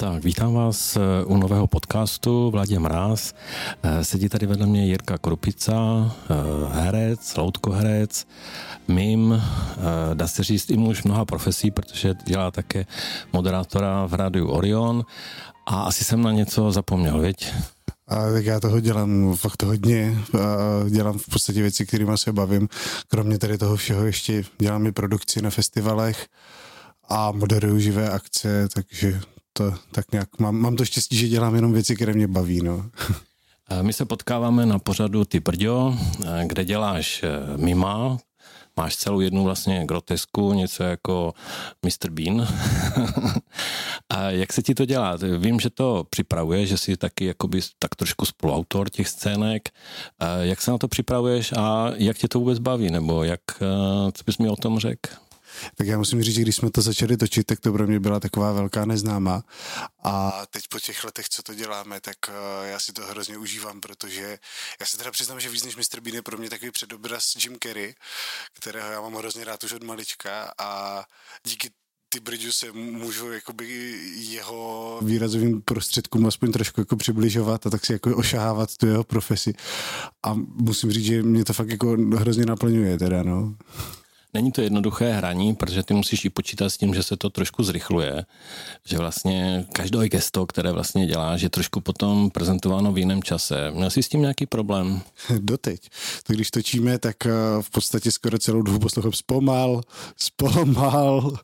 Tak, vítám vás u nového podcastu Vladě Mráz. Sedí tady vedle mě Jirka Krupica, herec, loutkoherec, mím, dá se říct i muž mnoha profesí, protože dělá také moderátora v rádiu Orion a asi jsem na něco zapomněl, viď? Tak já toho dělám fakt hodně, dělám v podstatě věci, kterými se bavím. Kromě tady toho všeho ještě dělám i produkci na festivalech a moderuju živé akce, takže to tak nějak mám to štěstí, že dělám jenom věci, které mě baví, no. My se potkáváme na pořadu Ty brďo, kde děláš mima, máš celou jednu vlastně grotesku, něco jako Mr. Bean. A jak se ti to dělá? Vím, že to připravuješ, že jsi taky jakoby tak trošku spoluautor těch scének. Jak se na to připravuješ a jak tě to vůbec baví? Nebo co bys mi o tom řekl? Tak já musím říct, že když jsme to začali točit, tak to pro mě byla taková velká neznámá. A teď po těch letech, co to děláme, tak já si to hrozně užívám, protože já se teda přiznám, že víc než Mr. Bean je pro mě takový předobraz Jim Carrey, kterého já mám hrozně rád už od malička a díky Ty brďu se můžu jakoby jeho výrazovým prostředkům aspoň trošku jako přibližovat a tak si jako ošahávat tu jeho profesi. A musím říct, že mě to fakt jako hrozně naplňuje teda, no. Není to jednoduché hraní, protože ty musíš i počítat s tím, že se to trošku zrychluje, že vlastně každé gesto, které vlastně děláš, je trošku potom prezentováno v jiném čase. Měl jsi s tím nějaký problém? Doteď. To když točíme, tak v podstatě skoro celou dobu poslouchám zpomal,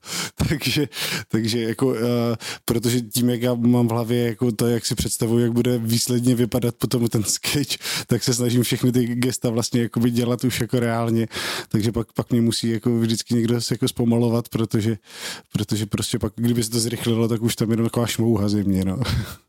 takže jako, protože tím, jak já mám v hlavě jako to, jak si představuji, jak bude výsledně vypadat potom ten sketch, tak se snažím všechny ty gesta vlastně jakoby dělat už jako reálně, takže pak mě musí jako vždycky někdo se jako zpomalovat, protože prostě pak, kdyby se to zrychlilo, tak už tam jenom taková šmouha země, no.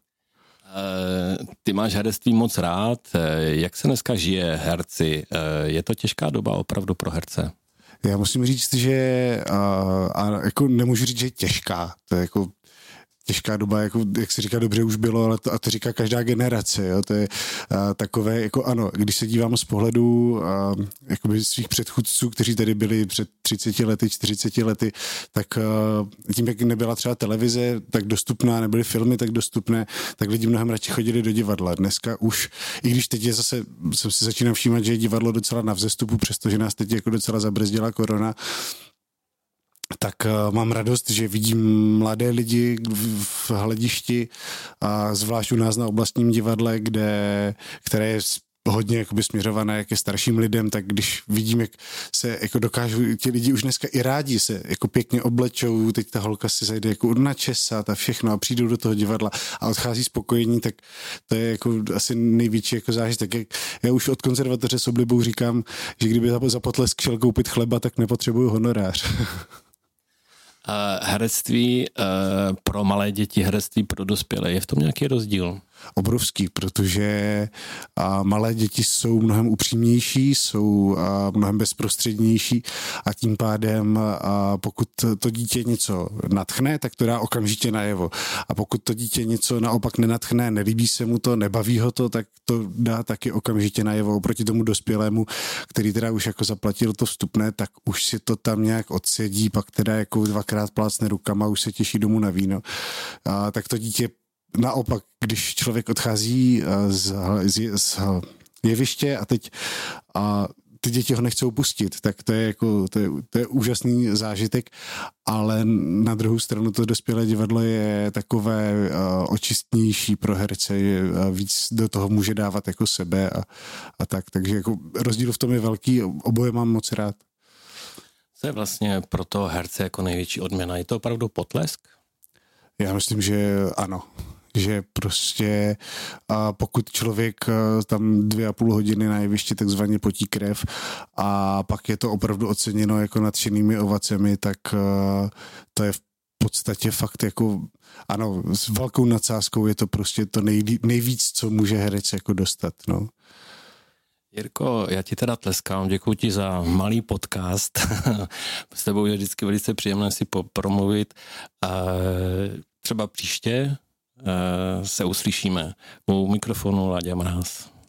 Ty máš herectví moc rád. Jak se dneska žije herci? Je to těžká doba opravdu pro herce? Já musím říct, že a jako nemůžu říct, že je těžká. To je jako těžká doba, jako, jak se říká, dobře už bylo, ale to říká každá generace, jo? To je takové, jako ano, když se dívám z pohledu jakoby svých předchůdců, kteří tady byli před 30 lety, 40 lety, tak tím, jak nebyla třeba televize tak dostupná, nebyly filmy tak dostupné, tak lidi mnohem radši chodili do divadla. Dneska už, i když teď je zase, jsem si začínám všímat, že je divadlo docela na vzestupu, přestože nás teď jako docela zabrzdila korona, tak mám radost, že vidím mladé lidi v hledišti a zvlášť u nás na oblastním divadle, které je hodně jakoby směřované ke starším lidem, tak když vidím, jak se jako dokážou, ti lidi už dneska i rádi se jako pěkně oblečou, teď ta holka si zajde jako načesat a všechno a přijdou do toho divadla a odchází spokojení, tak to je jako asi největší jako zážitek. Já už od konzervatoře s oblibou říkám, že kdyby za potlesk šel koupit chleba, tak nepotřebuju honorář. Herectví pro malé děti, herectví pro dospělé, je v tom nějaký rozdíl? Obrovský, protože malé děti jsou mnohem upřímnější, jsou mnohem bezprostřednější a tím pádem pokud to dítě něco nadchne, tak to dá okamžitě najevo. A pokud to dítě něco naopak nenadchne, nelíbí se mu to, nebaví ho to, tak to dá taky okamžitě najevo. Oproti tomu dospělému, který teda už jako zaplatil to vstupné, tak už si to tam nějak odsedí, pak teda jako dvakrát plácne rukama, už se těší domů na víno. Tak to dítě naopak, když člověk odchází z jeviště a teď ty děti ho nechcou pustit, tak to je jako, to je úžasný zážitek, ale na druhou stranu to dospělé divadlo je takové očistnější pro herce, víc do toho může dávat jako sebe a tak, takže jako rozdíl v tom je velký, oboje mám moc rád. Co je vlastně pro toho herce jako největší odměna? Je to opravdu potlesk? Já myslím, že ano. Že prostě pokud člověk tam 2,5 hodiny na jevišti takzvaně potí krev a pak je to opravdu oceněno jako nadšenými ovacemi, tak to je v podstatě fakt jako, ano, s velkou nadsázkou je to prostě to nejvíc, co může herec jako dostat, no. Jirko, já ti teda tleskám, děkuji ti za malý podcast. S tebou je vždycky velice příjemné si promluvit. Třeba příště se uslyšíme. U mikrofonu Láďa Mráz.